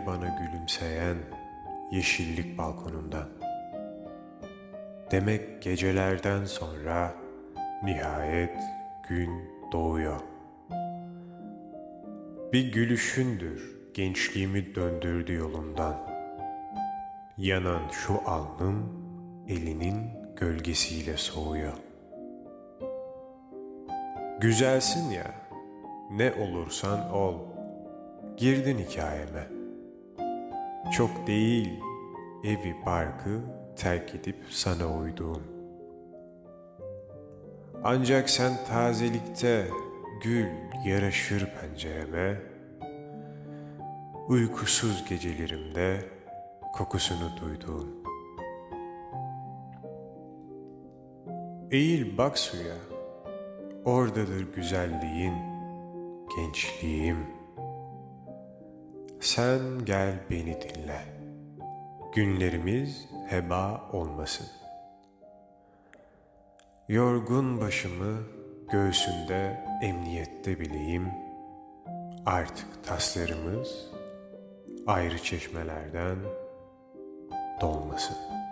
Geçer bana gülümseyen yeşillik balkonundan. Demek gecelerden sonra nihayet gün doğuyor. Bir gülüşündür gençliğimi döndürdü yolundan. Yanan şu alnım elinin gölgesiyle soğuyor. Güzelsin ya, ne olursan ol, girdin hikayeme. Çok değil evi barkı terk edip sana uyduğum. Ancak sen tazelikte gül yaraşır pencereme. Uykusuz gecelerimde kokusunu duyduğum. Eğil bak suya, oradadır güzelliğin, gençliğim. Sen gel beni dinle, günlerimiz heba olmasın. Yorgun başımı göğsünde emniyette bileyim. Artık taslarımız ayrı çeşmelerden dolmasın.